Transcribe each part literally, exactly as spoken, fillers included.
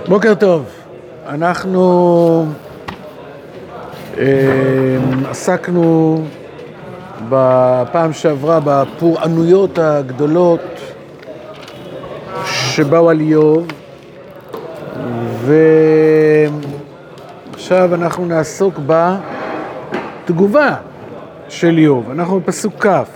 בוקר טוב. אנחנו אה, עסקנו בפעם שעברה בפורענויות הגדולות שבאו על איוב, ועכשיו אנחנו נעסוק בתגובה של איוב. אנחנו בפסוק כף.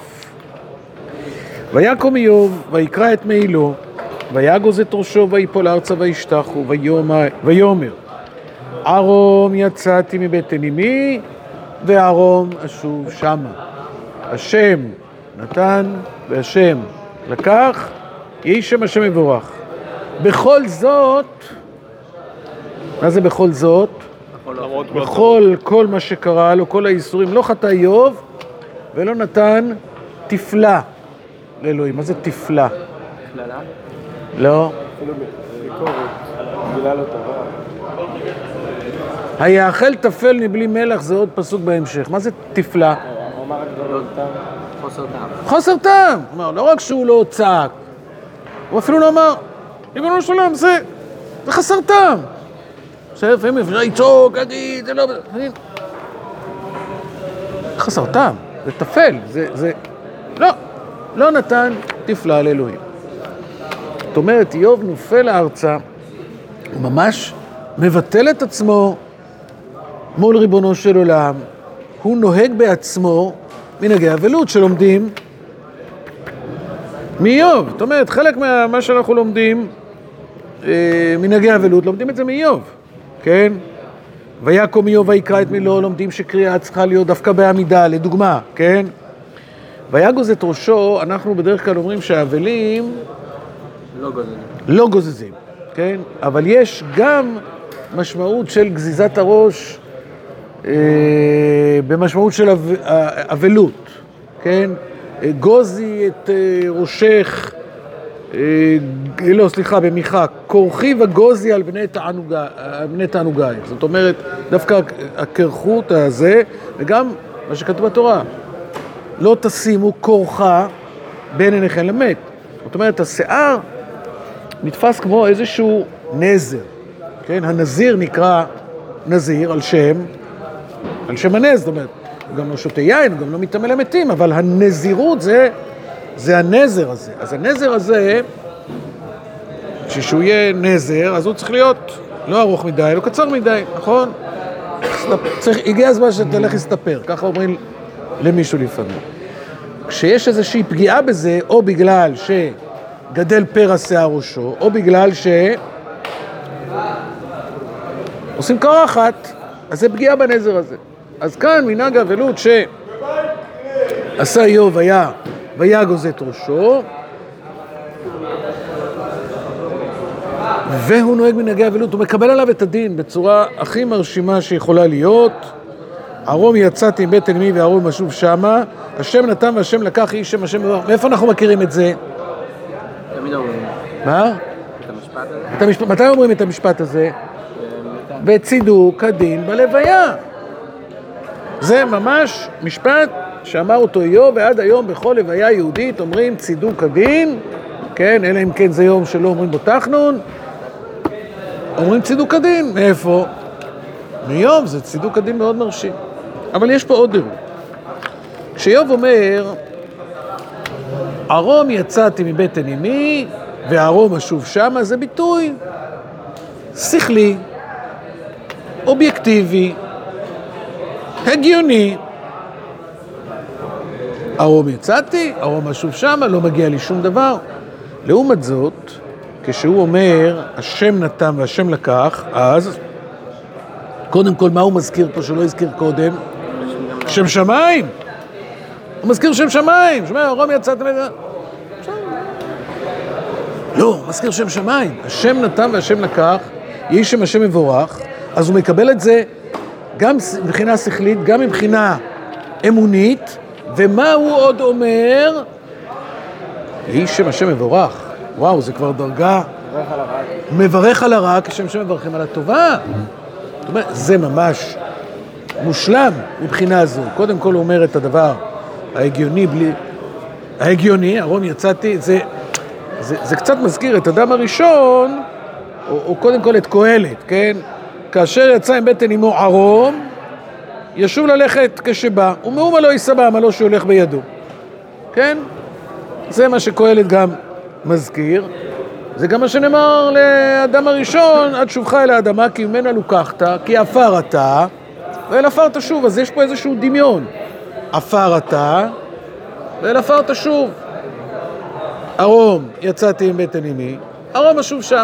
ויקום איוב ויקרא את מעילו ויגוז את ראשו ויפול ארצה וישתחו ויאמר ארום יצאתי מבטן אמי וארום אשוב שמה. השם נתן והשם לקח, יהי שם השם מבורך. בכל זאת, מה זה בכל זאת? בכל כל מה שקרה לו, כל האיסורים, לא חטא איוב ולא נתן תפלה לאלוהים. מה זה תפלה? כללה? לא. אפילו ביקורת, מילה לא טובה. היאכל תפל מבלי מלח, זה עוד פסוק בהמשך. מה זה תפלה? הוא אמר רק דברים טעם, חוסר טעם. חוסר טעם. כלומר, לא רק שהוא לא צעק, הוא אפילו לא אמר, ריבונו של עולם, זה, זה חסר טעם. לפעמים אפשר לצעוק, להגיד, זה לא... חסר טעם, זה תפל, זה... זה... לא, לא נתן תפלה לאלוהים. זאת אומרת, איוב נופל לארצה, הוא ממש מבטל את עצמו מול ריבונו של עולם, הוא נוהג בעצמו מנהגי אבלות שלומדים מאיוב. זאת אומרת, חלק מה שאנחנו לומדים אה, מנהגי אבלות, לומדים את זה מאיוב, כן? ויקום איוב ויקרא את מילו, לומדים שקריאה צריכה להיות דווקא בעמידה, לדוגמה, כן? ויגוז את ראשו, אנחנו בדרך כלל אומרים שהאבלים לא גוזזים. לא גוזזים, כן? אבל יש גם משמעות של גזיזת הראש אה, במשמעות של אבלות, כן? גוזי את אה, ראשך, אה, לא, סליחה, במיכה, כורחי וגוזי על בני תענוגה, על בני תענוגה. זאת אומרת, דווקא הכרחות הזה, וגם מה שכתוב בתורה, לא תשימו כורחה בין עיניכם למת. זאת אומרת, השיער נתפס כמו איזשהו נזר, כן? הנזיר נקרא נזיר על שם, על שם הנז, זאת אומרת, הוא גם לא שותה יין, הוא גם לא מתאמה למתים, אבל הנזירות זה, זה הנזר הזה. אז הנזר הזה, כשהוא יהיה נזר, אז הוא צריך להיות לא ארוך מדי, לא קצר מדי, נכון? צריך, הגיע הזמן שתלך להסתפר, ככה אומרים למישהו לפעמים. כשיש איזושהי פגיעה בזה, או בגלל שגדל פרע שיער ראשו, או בגלל ש... עושים קרחת, אז זה פגיעה בנזר הזה. אז כאן מנהג האבלות שעשה איוב היה ויגוז את ראשו, והוא נוהג מנהגי האבלות, הוא מקבל עליו את הדין בצורה הכי מרשימה שיכולה להיות. ארום יצאתי מבטן אמי וארום אשוב שמה, השם נתן והשם לקח, יהי שם השם מבורך. מאיפה אנחנו מכירים את זה? תמיד אומרים. מה? את המשפט הזה? את המשפט, מתי אומרים את המשפט הזה? וצידוק כדין בלוויה. זה ממש משפט שאמר אותו איוב, ועד היום בכל לוויה יהודית אומרים צידוק כדין, כן, אלא אם כן זה יום שלא אומרים בו תחנון, אומרים צידוק כדין. מאיפה? מאיוב, זה צידוק כדין מאוד מרשים. אבל יש פה עוד אירוע. כשאיוב אומר, ארום יצאתי מבטן אמי וארום אשוב שמה, זה ביטוי שכלי, אובייקטיבי, הגיוני. ארום יצאתי, ארום אשוב שמה, לא מגיע לי שום דבר. לעומת זאת, כשהוא אומר, השם נתן והשם לקח, אז קודם כל, מה הוא מזכיר פה שלא הזכיר קודם? שם שמיים. הוא מזכיר שם שמיים. שמע, ארום יצאתי מבטן. לא, הוא מזכיר שם שמיים. השם נתן והשם לקח, יהי שם השם מבורך. אז הוא מקבל את זה גם מבחינה שכלית, גם מבחינה אמונית, ומה הוא עוד אומר? יהי שם השם מבורך. וואו, זה כבר דרגה. מברך על הרע. מברך על הרע, כשם שמברכים על הטובה. זאת אומרת, זה ממש מושלם מבחינה זו. קודם כל הוא אומר את הדבר ההגיוני, בלי... ההגיוני, ארום יצאתי, זה, זה, זה קצת מזכיר את אדם הראשון, או, או קודם כל את קהלת, כן? כאשר יצא עם בטן אמו ערום, ישוב ללכת כשבא, ומאומה לא ייסבע, מה לא שהולך בידו. כן? זה מה שקהלת גם מזכיר. זה גם מה שנאמר לאדם הראשון, עד שובך אל האדמה, כי ממנה לוקחת, כי עפר אתה, ואל עפר תשוב. אז יש פה איזשהו דמיון. עפר אתה, ואל עפר תשוב. ערום, יצאתי עם בטן אמי, ערום אשוב שם.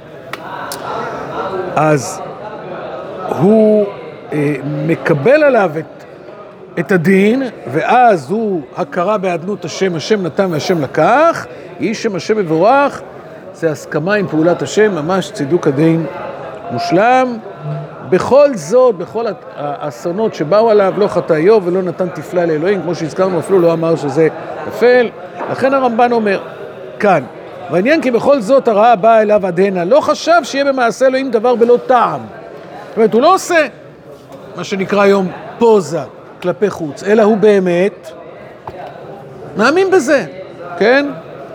אז הוא אה, מקבל עליו את, את הדין, ואז הוא הכרה באדנות השם, השם נתן והשם לקח, יהי שם השם מבורך, זה הסכמה עם פעולת השם, ממש צידוק הדין מושלם. בכל זאת, בכל האסונות שבאו עליו, לא חטא איוב ולא נתן תפלה לאלוהים, כמו שהזכרנו, אפילו לא אמר שזה נפל. לכן הרמב"ן אומר, כאן, והעניין כי בכל זאת הרעה באה אליו עד הנה, לא חשב שיהיה במעשה אלוהים דבר בלא טעם. זאת אומרת, הוא לא עושה מה שנקרא היום פוזה כלפי חוץ, אלא הוא באמת מאמין בזה, כן?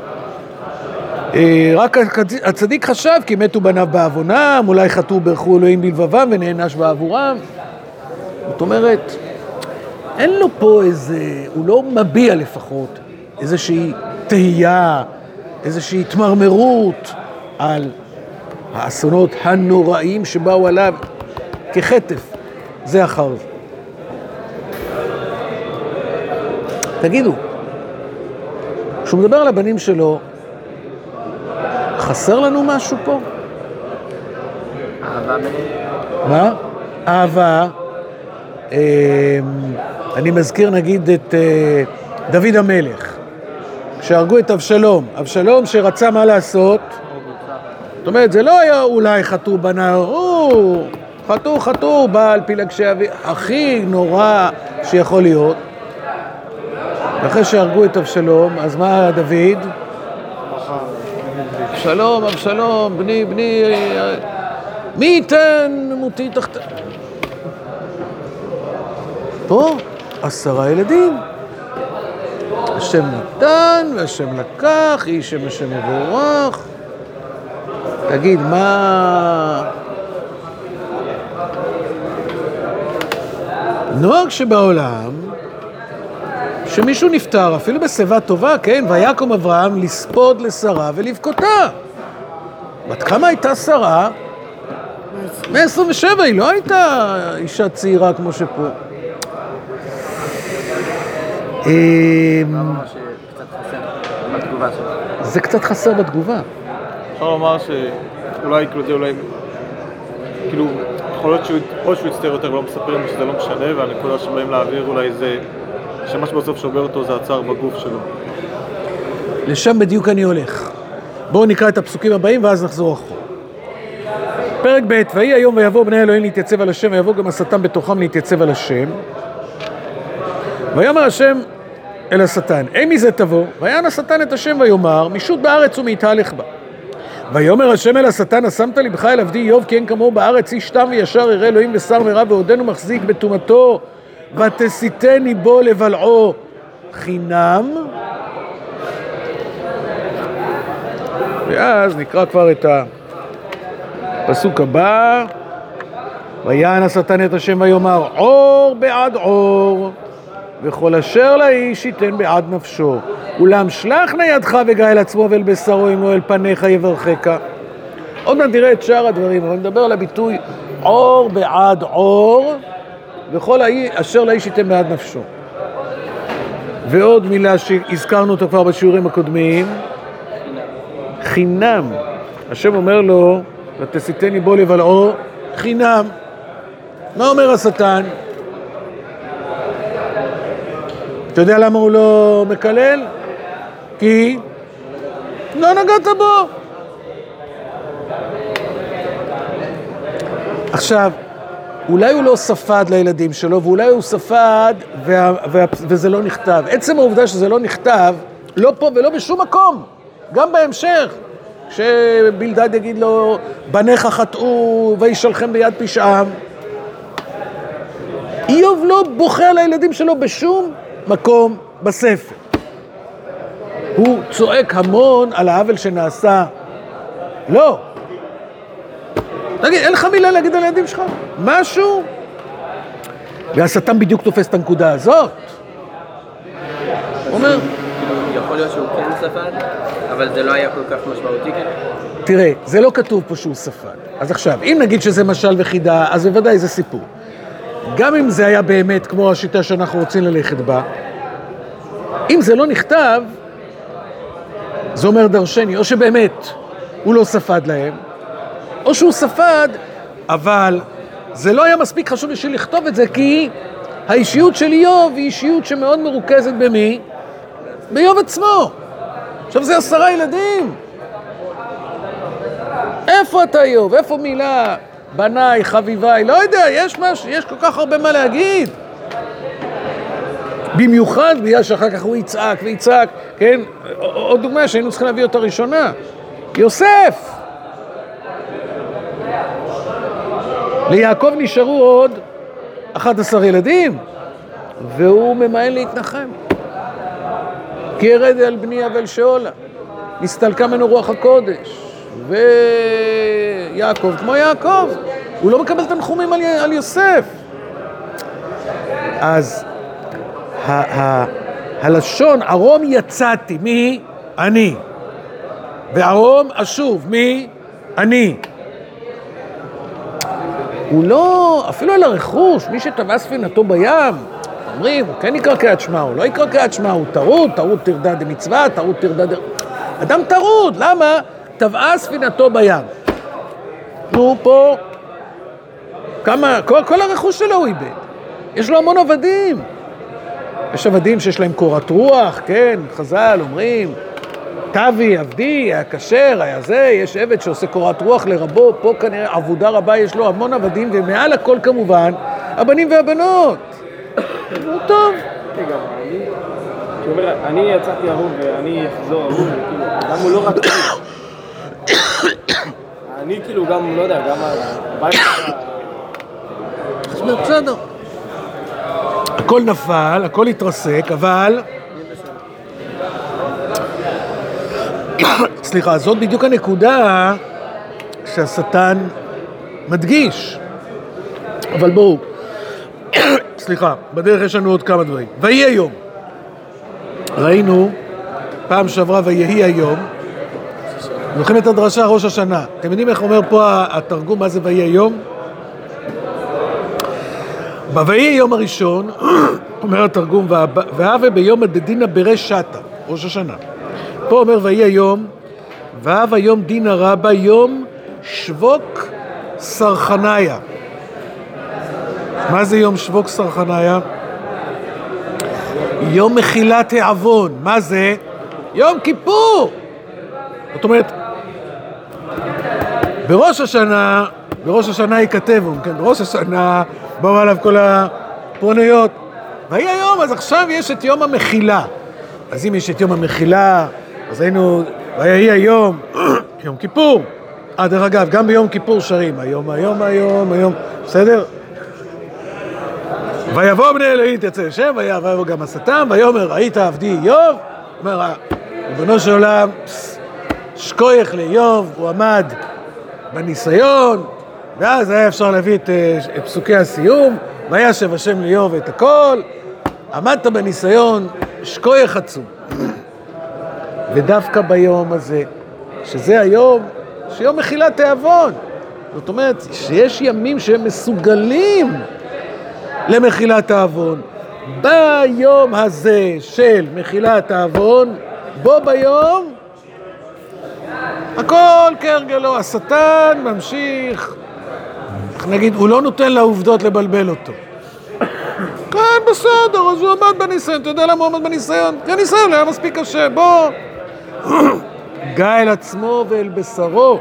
רק הצדיק חשב כי מתו בניו בעוונם, אולי חטאו ברכו אלוהים בלבבם ונענש בעבורם. זאת אומרת, אין לו פה איזה, הוא לא מביע לפחות איזושהי תהייה, איזושהי התמרמרות על האסונות הנוראים שבאו עליו כחטף, זה אחר זה. תגידו, כשהוא מדבר על הבנים שלו, חסר לנו משהו פה? אהבה ביניהם? מה? אהבה. אני מזכיר נגיד את דוד המלך, כשהרגו את אבשלום. אבשלום שרצה מה לעשות? זאת אומרת, זה לא היה אולי חטאו בניו, הוא חטאו, חטאו, בעל פילגשי אבי, הכי נורא שיכול להיות. אחרי שהרגו את אבשלום, אז מה דוד? אבשלום, אבשלום, בני, בני, מי ייתן מותי תחת... פה עשרה ילדים. השם נתן והשם לקח, יהי שם השם מבורך. תגיד, מה... נוהג שבעולם, שמישהו נפטר, אפילו בשיבה טובה, כן, ויקום אברהם לספוד לשרה ולבכותה. בת כמה הייתה שרה? מאה עשרים ושבע, היא לא הייתה אישה צעירה כמו שפה. זה קצת חסר בתגובה. אפשר לומר שאולי, כאילו, זה אולי, כאילו, יכול להיות שהוא יצטער יותר ולא מספרים שזה לא משנה, והנקודה שבאים להעביר אולי זה שמה שבסוף שובר אותו זה הצער בגוף שלו. לשם בדיוק אני הולך. בואו נקרא את הפסוקים הבאים ואז נחזור אחורה. פרק ב' ויהי היום ויבוא בני אלוהים להתייצב על השם, ויבוא גם השטן בתוכם להתייצב על השם. ויאמר השם אל השטן, אי מזה תבוא, ויען השטן את השם ויאמר, משוט בארץ ומתהלך בה. ויאמר השם אל השטן, השמת לבך אל עבדי איוב, כי אין כמוהו בארץ איש תם וישר ירא אלוהים ושר מרע, ועודנו מחזיק בטומאתו, ותסיתני בו לבלעו חינם. ואז נקרא כבר את הפסוק הבא. ויען השטן את השם ויאמר, עור בעד עור, וכל אשר לאיש ייתן בעד נפשו. אולם שלח נא ידך וגאל עצמו ואל בשרו, אם לא אל פניך יברכך. עוד מעט נראה את שאר הדברים, אבל נדבר על הביטוי עור בעד עור, וכל אשר לאיש ייתן בעד נפשו. ועוד מילה שהזכרנו אותה כבר בשיעורים הקודמים, חינם. השם אומר לו, ותסיתני בו לבלעו חינם. מה אומר השטן? אתה יודע למה הוא לא מקלל? כי לא נגעת בו. עכשיו, אולי הוא לא ספד לילדים שלו, ואולי הוא ספד וה, וה, וזה לא נכתב. עצם העובדה שזה לא נכתב, לא פה ולא בשום מקום, גם בהמשך, שבלדד יגיד לו, בניך חטאו וישלחם ביד פשעם. איוב לא בוכה על הילדים שלו בשום מקום בספר. הוא צועק המון על העוול שנעשה. לא. תגיד, אין לך מילה להגיד על הילדים שלך? משהו? והשטן בדיוק תופס את הנקודה הזאת. הוא אומר... כאילו, יכול להיות שהוא כן ספד, אבל זה לא היה כל כך משמעותי כן? תראה, זה לא כתוב פה שהוא ספד. אז עכשיו, אם נגיד שזה משל וחידה, אז בוודאי זה סיפור. גם אם זה היה באמת כמו השיטה שאנחנו רוצים ללכת בה, אם זה לא נכתב, זה אומר דרשני, או שבאמת הוא לא ספד להם, או שהוא ספד, אבל זה לא היה מספיק חשוב בשביל לכתוב את זה, כי האישיות של איוב היא אישיות שמאוד מרוכזת במי? באיוב עצמו. עכשיו זה עשרה ילדים. איפה אתה איוב? איפה מילה? בניי, חביביי, לא יודע, יש משהו, יש כל כך הרבה מה להגיד. במיוחד בגלל שאחר כך הוא יצעק ויצעק, כן? עוד דוגמה שהיינו צריכים להביא אותה ראשונה. יוסף! ליעקב נשארו עוד אחד עשר ילדים, והוא ממאן להתנחם. כי ירד על בני אבל שאולה, נסתלקה ממנו רוח הקודש, ויעקב כמו יעקב, הוא לא מקבל תנחומים על, על יוסף. אז ה- ה- הלשון, ארום יצאתי, מי? אני. וארום אשוב, מי? אני. הוא לא, אפילו על הרכוש, מי שטבע ספינתו בים, אומרים, הוא כן יקרא קריאת שמע, הוא לא יקרא קריאת שמע, הוא טרוד, טרוד תרדה דמצווה, טרוד תרדה ד... אדם טרוד, למה? טבעה ספינתו בים. נו, פה, כמה, כל, כל הרכוש שלו הוא איבד. יש לו המון עבדים. יש עבדים שיש להם קורת רוח, כן, חז"ל אומרים, תבי, עבדי, היה כשר, היה זה, יש עבד שעושה קורת רוח לרבו, פה כנראה עבודה רבה, יש לו המון עבדים, ומעל הכל כמובן, הבנים והבנות. הוא טוב. גם אני, שאומר, אני יצאתי אהוב ואני אחזור אהוב, גם הוא לא רק אני כאילו גם, לא יודע, גם הבית אז בסדר. הכל נפל, הכל התרסק, אבל... סליחה, זאת בדיוק הנקודה שהשטן מדגיש. אבל בואו, סליחה, בדרך יש לנו עוד כמה דברים. ויהי היום. ראינו פעם שעברה ויהי היום. זוכרים את הדרשה ראש השנה. אתם יודעים איך אומר פה התרגום מה זה ויהי היום? בויהי יום הראשון, אומר התרגום, והווה ביום הדדינא ברש שתא, ראש השנה. פה אומר ויהי היום, והווה יום דינא רבא, יום שבוק סרחניה. מה זה יום שבוק סרחניה? יום מחילת העוון. מה זה? יום כיפור. זאת אומרת, בראש השנה, בראש השנה ייכתב, כן, בראש השנה באו עליו כל הפורניות. ויהי היום, אז עכשיו יש את יום המחילה. אז אם יש את יום המחילה, אז היינו, ויהי היום, יום כיפור. אה, דרך אגב, גם ביום כיפור שרים, היום, היום, היום, היום, בסדר? ויבוא בני אלוהים תצא לשם, ויבוא גם השטן, ויאמר, ראית עבדי איוב? אומר, ריבונו של עולם, שכוייך לאיוב, הוא עמד בניסיון, ואז היה אפשר להביא את, את פסוקי הסיום, וישב השם לאיוב את הכל, עמדת בניסיון, שכוייך עצום. ודווקא ביום הזה, שזה היום, שיום מחילת העוון, זאת אומרת, שיש ימים שהם מסוגלים למחילת העוון. ביום הזה של מחילת העוון, בו ביום, הכל כהרגלו, השטן ממשיך, נגיד, הוא לא נותן לעובדות לבלבל אותו. כן, בסדר, אז הוא עמד בניסיון, אתה יודע למה הוא עמד בניסיון? כי הניסיון היה מספיק קשה, בוא. גע אל עצמו ואל בשרו,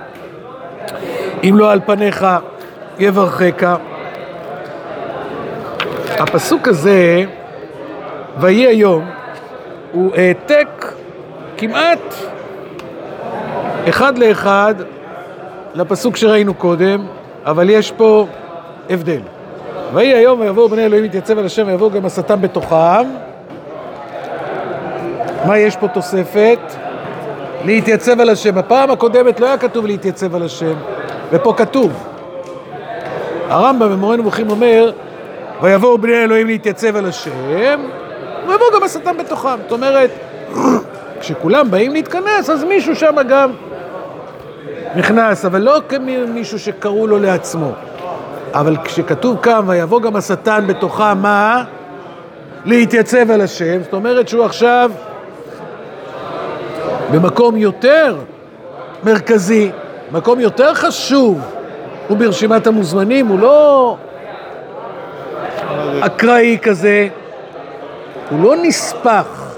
אם לא על פניך יברכך. הפסוק הזה, ויהי היום, הוא העתק כמעט אחד לאחד לפסוק שראינו קודם, אבל יש פה הבדל. ויהי היום ויבואו בני אלוהים להתייצב על השם ויבואו גם השטן בתוכם. מה יש פה תוספת? להתייצב על השם. בפעם הקודמת לא היה כתוב להתייצב על השם, ופה כתוב. הרמב"ם במורה נבוכים אומר, ויבואו בני אלוהים להתייצב על השם, ויבואו גם השטן בתוכם. זאת אומרת, כשכולם באים להתכנס, אז מישהו שם גם נכנס, אבל לא כמישהו שקראו לו לעצמו. אבל כשכתוב כאן, ויבוא גם השטן בתוכם, מה? להתייצב על השם. זאת אומרת שהוא עכשיו במקום יותר מרכזי, מקום יותר חשוב, הוא ברשימת המוזמנים, הוא לא אקראי כזה, הוא לא נספח.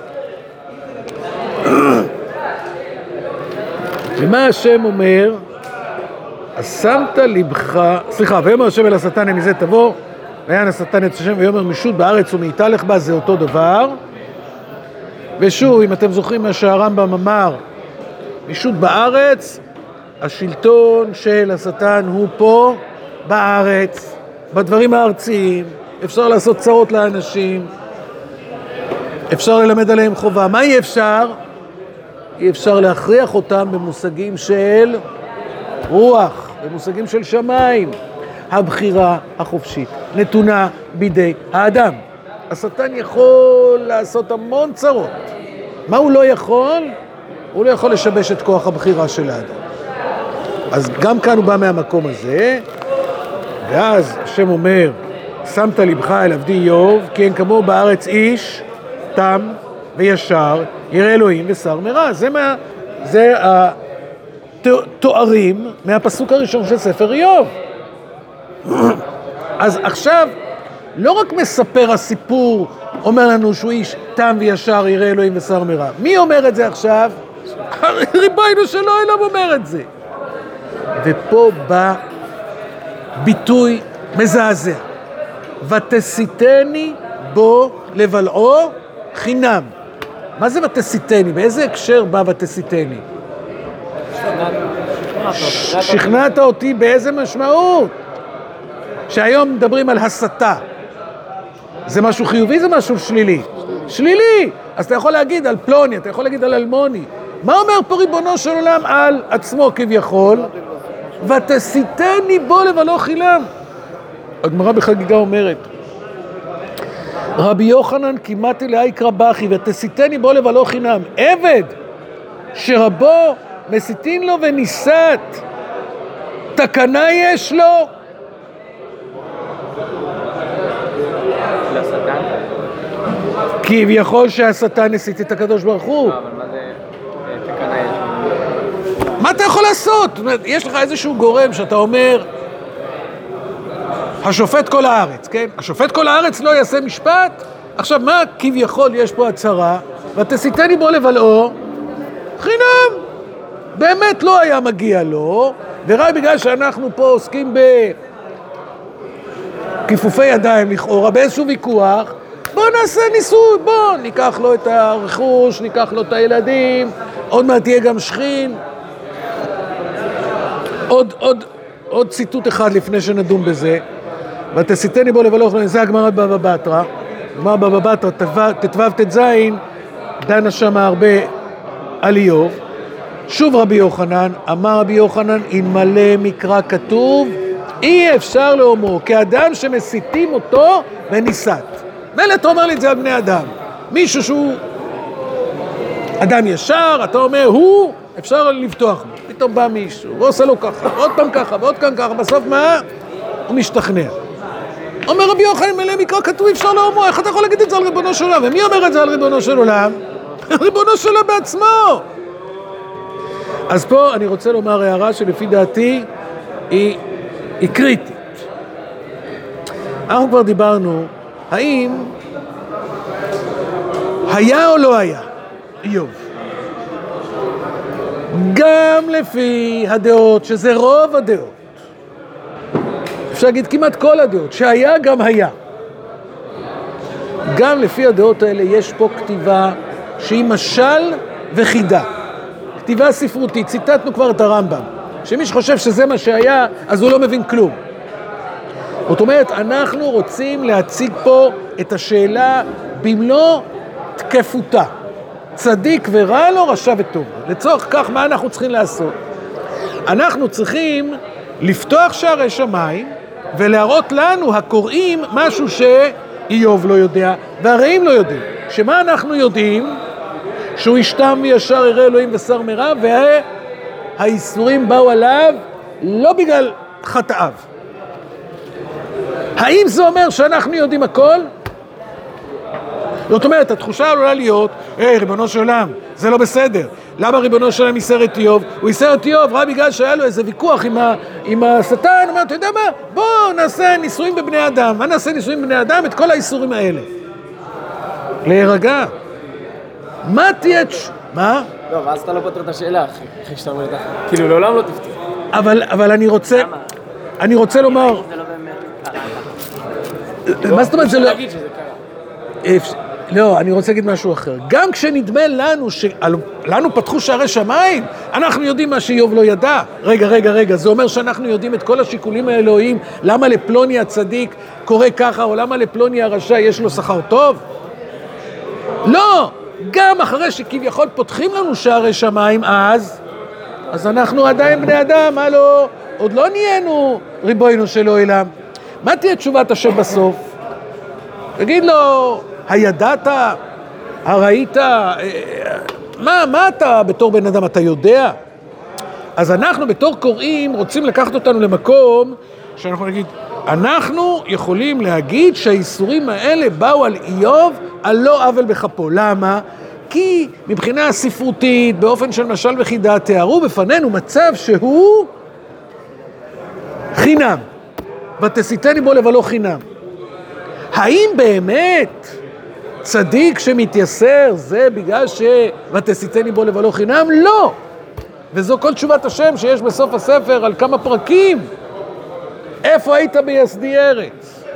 ומה השם אומר? אז שמת לבך, סליחה, ויאמר השם אל השטן מזה תבוא, ויען השטן את השם ויאמר משוט בארץ ומהתהלך בה, זה אותו דבר. ושוב, אם אתם זוכרים מה שהרמב"ם אמר, משוט בארץ, השלטון של השטן הוא פה בארץ, בדברים הארציים, אפשר לעשות צרות לאנשים, אפשר ללמד עליהם חובה. מה אי אפשר? אי אפשר להכריח אותם במושגים של רוח, במושגים של שמיים. הבחירה החופשית נתונה בידי האדם. השטן יכול לעשות המון צרות. מה הוא לא יכול? הוא לא יכול לשבש את כוח הבחירה של האדם. אז גם כאן הוא בא מהמקום הזה, ואז השם אומר, שמת לבך אל עבדי איוב, כי אין כמוהו בארץ איש, תם וישר, ירא אלוהים ושר מרע. זה, מה, זה התוארים מהפסוק הראשון של ספר איוב. אז עכשיו, לא רק מספר הסיפור, אומר לנו שהוא איש תם וישר, ירא אלוהים ושר מרע. מי אומר את זה עכשיו? ריבונו של עולם אומר את זה. ופה בא ביטוי מזעזע. ותסיתני בו לבלעו חינם. מה זה ותסיתני? באיזה הקשר בא ותסיתני? שכנעת אותי באיזה משמעות? שהיום מדברים על הסתה. זה משהו חיובי, זה משהו שלילי. שלילי! אז אתה יכול להגיד על פלוני, אתה יכול להגיד על אלמוני. מה אומר פה ריבונו של עולם על עצמו כביכול? ותסיתני בו לבלעו חינם. הגמרא בחגיגה אומרת, רבי יוחנן כימתי לאיקרא בכי ותסיתני בו לבלעו חינם. עבד שרבו מסיתין לו וניסת, תקנה יש לו? לשטן? כביכול שהשטן הסית את הקדוש ברוך הוא. אבל מה זה תקנה יש לו? מה אתה יכול לעשות? זאת אומרת, יש לך איזשהו גורם שאתה אומר, השופט כל הארץ, כן? השופט כל הארץ לא יעשה משפט? עכשיו, מה כביכול יש פה הצהרה? ותסיתני בו לבלעו חינם. באמת לא היה מגיע לו, ורק בגלל שאנחנו פה עוסקים בכיפופי ידיים לכאורה, באיזשהו ויכוח, בוא נעשה ניסוי, בוא ניקח לו את הרכוש, ניקח לו את הילדים, עוד מעט תהיה גם שכין. עוד, עוד, עוד ציטוט אחד לפני שנדון בזה. ותסיתני בו לבלעו חינם, זה הגמרא בבא בתרא. הגמרא בבא בתרא, ט"ו ט"ז, דנה שם הרבה על איוב. שוב רבי יוחנן, אמר רבי יוחנן, אלמלא מקרא כתוב, אי אפשר לאומרו, כאדם שמסיתים אותו וניסת. מילא אתה אומר לי את זה על בני אדם. מישהו שהוא אדם ישר, אתה אומר, הוא, אפשר לבטוח בו. פתאום בא מישהו, ועושה לו ככה, ועוד פעם ככה, ועוד כאן ככה, בסוף מה? הוא משתכנע. אומר רבי יוחנן, אלמלא מקרא כתוב, אי אפשר לאומרו, איך אתה יכול להגיד את זה על ריבונו של עולם? ומי אומר את זה על ריבונו של עולם? ריבונו של עולם בעצמו. אז פה אני רוצה לומר הערה שלפי דעתי היא, היא קריטית. אנחנו כבר דיברנו, האם היה או לא היה איוב? גם לפי הדעות, שזה רוב הדעות, אפשר להגיד כמעט כל הדעות, שהיה גם היה. גם לפי הדעות האלה יש פה כתיבה שהיא משל וחידה. כתיבה ספרותית, ציטטנו כבר את הרמב"ם, שמי שחושב שזה מה שהיה, אז הוא לא מבין כלום. זאת אומרת, אנחנו רוצים להציג פה את השאלה במלוא תקפותה. צדיק ורע לו, רשע וטוב. לצורך כך, מה אנחנו צריכים לעשות? אנחנו צריכים לפתוח שערי שמיים ולהראות לנו הקוראים משהו שאיוב לא יודע והרעים לא יודעים. שמה אנחנו יודעים? שהוא ישתם וישר ירא אלוהים ושר מרע, והאיסורים באו עליו לא בגלל חטאיו. האם זה אומר שאנחנו יודעים הכל? זאת אומרת, התחושה עלולה להיות, היי, ריבונו של עולם, זה לא בסדר. למה ריבונו של עולם ייסר את איוב? הוא ייסר את איוב רק בגלל שהיה לו איזה ויכוח עם, ה, עם השטן. הוא אומר, אתה יודע מה? בוא נעשה ניסויים בבני אדם. מה נעשה ניסויים בבני אדם? את כל האיסורים האלה. להירגע. מה תהיה... מה? לא, ואז אתה לא פותר את השאלה, אחי. אחי שאתה אומר לך. כאילו, לעולם לא תפתור. אבל, אבל אני רוצה... אני רוצה לומר... זה לא באמת קרה. מה זאת אומרת? זה לא... להגיד שזה קרה. לא, אני רוצה להגיד משהו אחר. גם כשנדמה לנו שלנו פתחו שערי שמיים, אנחנו יודעים מה שאיוב לא ידע. רגע, רגע, רגע, זה אומר שאנחנו יודעים את כל השיקולים האלוהים, למה לפלוני הצדיק קורה ככה, או למה לפלוני הרשע יש לו שכר טוב? לא! גם אחרי שכביכול פותחים לנו שערי שמיים, אז, אז אנחנו עדיין בני אדם, הלו, עוד לא נהיינו ריבונו של עולם. מה תהיה תשובת השם בסוף? תגיד לו, הידעת, הראית, מה, מה אתה בתור בן אדם, אתה יודע? אז אנחנו בתור קוראים רוצים לקחת אותנו למקום שאנחנו נגיד, אנחנו יכולים להגיד שהאיסורים האלה באו על איוב על לא עוול בכפו. למה? כי מבחינה ספרותית, באופן של משל וחידה, תיארו בפנינו מצב שהוא חינם. ותסיתני בו לבלו חינם. האם באמת צדיק שמתייסר זה בגלל שוותסיתני בו לבלו חינם? לא. וזו כל תשובת השם שיש בסוף הספר על כמה פרקים. איפה היית ביסדי ארץ?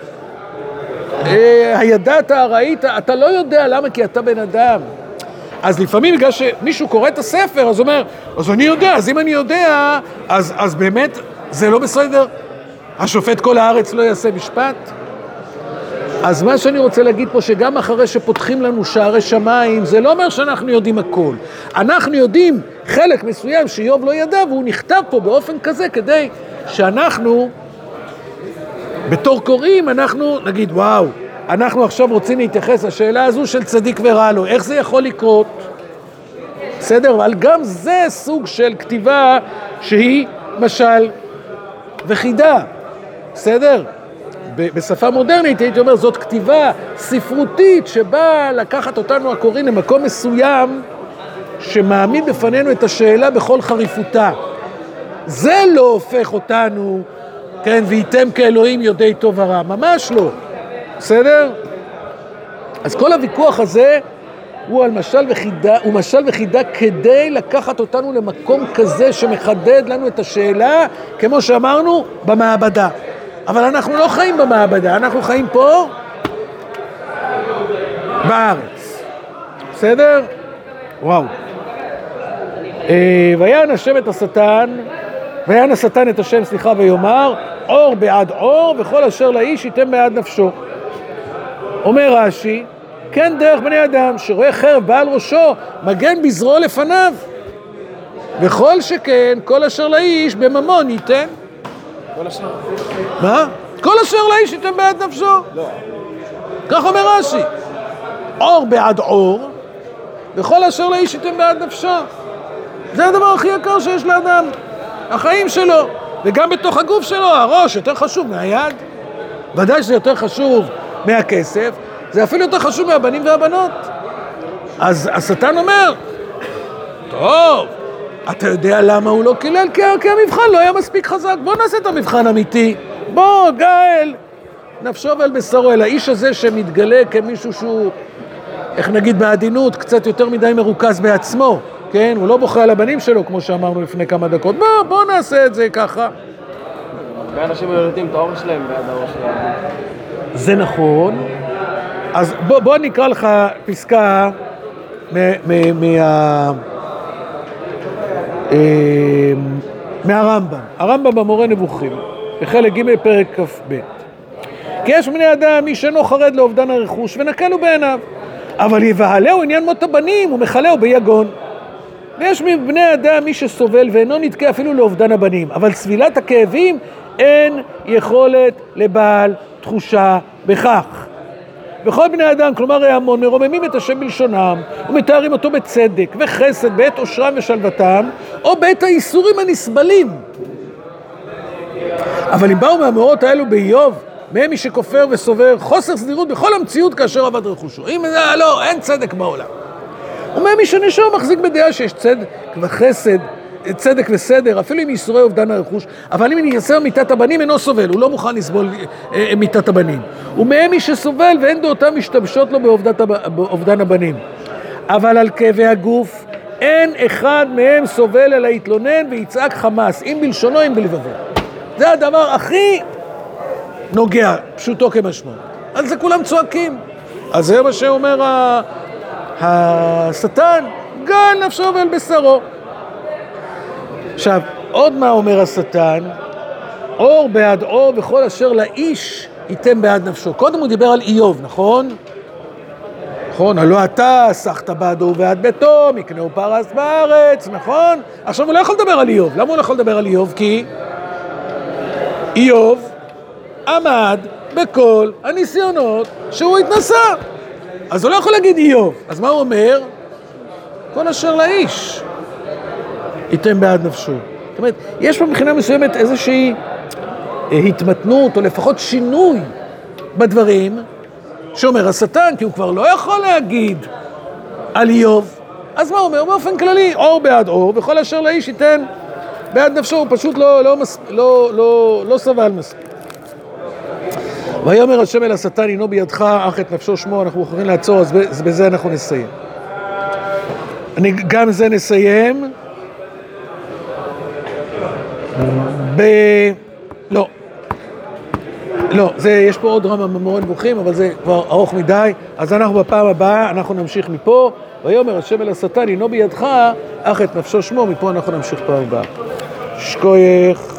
הידעת, הראית, אתה לא יודע למה, כי אתה בן אדם. אז לפעמים בגלל שמישהו קורא את הספר, אז הוא אומר, אז אני יודע, אז אם אני יודע, אז, אז באמת זה לא בסדר. השופט כל הארץ לא יעשה משפט. אז מה שאני רוצה להגיד פה, שגם אחרי שפותחים לנו שערי שמיים, זה לא אומר שאנחנו יודעים הכל. אנחנו יודעים חלק מסוים שאיוב לא ידע, והוא נכתב פה באופן כזה, כדי שאנחנו, בתור קוראים, אנחנו נגיד, וואו, אנחנו עכשיו רוצים להתייחס לשאלה הזו של צדיק ורע לו. איך זה יכול לקרות? בסדר? אבל גם זה סוג של כתיבה שהיא משל וחידה. בסדר? בשפה מודרנית הייתי אומר, זאת כתיבה ספרותית שבאה לקחת אותנו הקוראים למקום מסוים שמעמיד בפנינו את השאלה בכל חריפותה. זה לא הופך אותנו, כן, וייתם כאלוהים יודעי טוב ורע, ממש לא. בסדר? אז כל הוויכוח הזה הוא על משל וחידה, הוא משל וחידה כדי לקחת אותנו למקום כזה שמחדד לנו את השאלה, כמו שאמרנו, במעבדה. אבל אנחנו לא חיים במעבדה, אנחנו חיים פה בארץ. בסדר? וואו. ויען השם את השטן, ויען השטן את השם, סליחה, ויאמר, אור בעד אור, וכל אשר לאיש ייתן בעד נפשו. אומר רש"י, כן דרך בני אדם, שרואה חרב בעל ראשו, מגן בזרוע לפניו. וכל שכן, כל אשר לאיש בממון ייתן. כל השאר. מה? כל אשר לאיש ייתן בעד נפשו. לא. כך אומר רש"י. אור בעד אור, וכל אשר לאיש ייתן בעד נפשו. זה הדבר הכי יקר שיש לאדם. החיים שלו. וגם בתוך הגוף שלו, הראש יותר חשוב מהיד. ודאי שזה יותר חשוב מהכסף. זה אפילו יותר חשוב מהבנים והבנות. אז השטן אומר, טוב, אתה יודע למה הוא לא קילל? כי, כי המבחן לא היה מספיק חזק. בוא נעשה את המבחן אמיתי. בוא, גאל, נפשו ועל בשרו. אל האיש הזה שמתגלה כמישהו שהוא, איך נגיד בעדינות, קצת יותר מדי מרוכז בעצמו. כן? הוא לא בוכה על הבנים שלו, כמו שאמרנו לפני כמה דקות. בוא, בוא נעשה את זה ככה. הרבה אנשים מלטים את האור שלהם בעד האור שלהם. זה נכון. אז בוא, בוא נקרא לך פסקה מה... מהרמב"ם, הרמב"ם במורה נבוכים, בחלק ג' פרק כ"ב. כי יש בני אדם מי שאינו חרד לאובדן הרכוש ונקלו בעיניו, אבל יבהלהו עניין מות הבנים ומחלהו ביגון. ויש מבני אדם מי שסובל ואינו נתקע אפילו לאובדן הבנים, אבל סבילת הכאבים אין יכולת לבעל תחושה בכך. וכל בני אדם, כלומר ההמון, מרוממים את השם בלשונם ומתארים אותו בצדק וחסד בעת עושרם ושלוותם, או בעת האיסורים הנסבלים. אבל אם באו מהמאורות האלו באיוב, מהם מי שכופר וסובר חוסר סדירות בכל המציאות כאשר עבד רכושו. אם זה לא, אין צדק בעולם. ומהם מי שנשאר מחזיק בדעה שיש צדק וחסד, צדק וסדר, אפילו עם איסורי אובדן הרכוש, אבל אם נייסר מיתת הבנים אינו סובל, הוא לא מוכן לסבול אה, מיתת הבנים. ומהם מי שסובל ואין דעותיו משתבשות לו באובדת, באובדן הבנים. אבל על כאבי הגוף אין אחד מהם סובל אלא יתלונן ויצעק חמאס, אם בלשונו אם בלבבו. זה הדבר הכי נוגע, פשוטו כמשמעו. על זה כולם צועקים. אז זה מה שאומר ה... השטן, גל נפשו ואל בשרו. עכשיו, עוד מה אומר השטן? אור בעד אור וכל אשר לאיש ייתן בעד נפשו. קודם הוא דיבר על איוב, נכון? נכון, הלא אתה סחת בעדו ובעד ביתו, מקנהו פרס בארץ, נכון? עכשיו הוא לא יכול לדבר על איוב. למה הוא לא יכול לדבר על איוב? כי איוב עמד בכל הניסיונות שהוא התנסה. אז הוא לא יכול להגיד איוב. אז מה הוא אומר? כל אשר לאיש ייתן בעד נפשו. זאת אומרת, יש במבחינה מסוימת איזושהי התמתנות, או לפחות שינוי בדברים, שאומר השטן, כי הוא כבר לא יכול להגיד על איוב. אז מה הוא אומר? באופן כללי, אור בעד אור, וכל אשר לאיש ייתן בעד נפשו, הוא פשוט לא, לא, לא, לא, לא סבל מספיק. ויאמר השם אל השטן, הנו בידך, אך את נפשו שמו. אנחנו יכולים לעצור, אז בזה אנחנו נסיים. אני, גם זה נסיים. ב... לא. לא, זה, יש פה עוד רמה ממורי נבוכים, אבל זה כבר ארוך מדי. אז אנחנו בפעם הבאה, אנחנו נמשיך מפה. ויאמר השם אל השטן, הנו בידך, אך את נפשו שמו. מפה אנחנו נמשיך פעם הבאה. שקוייך.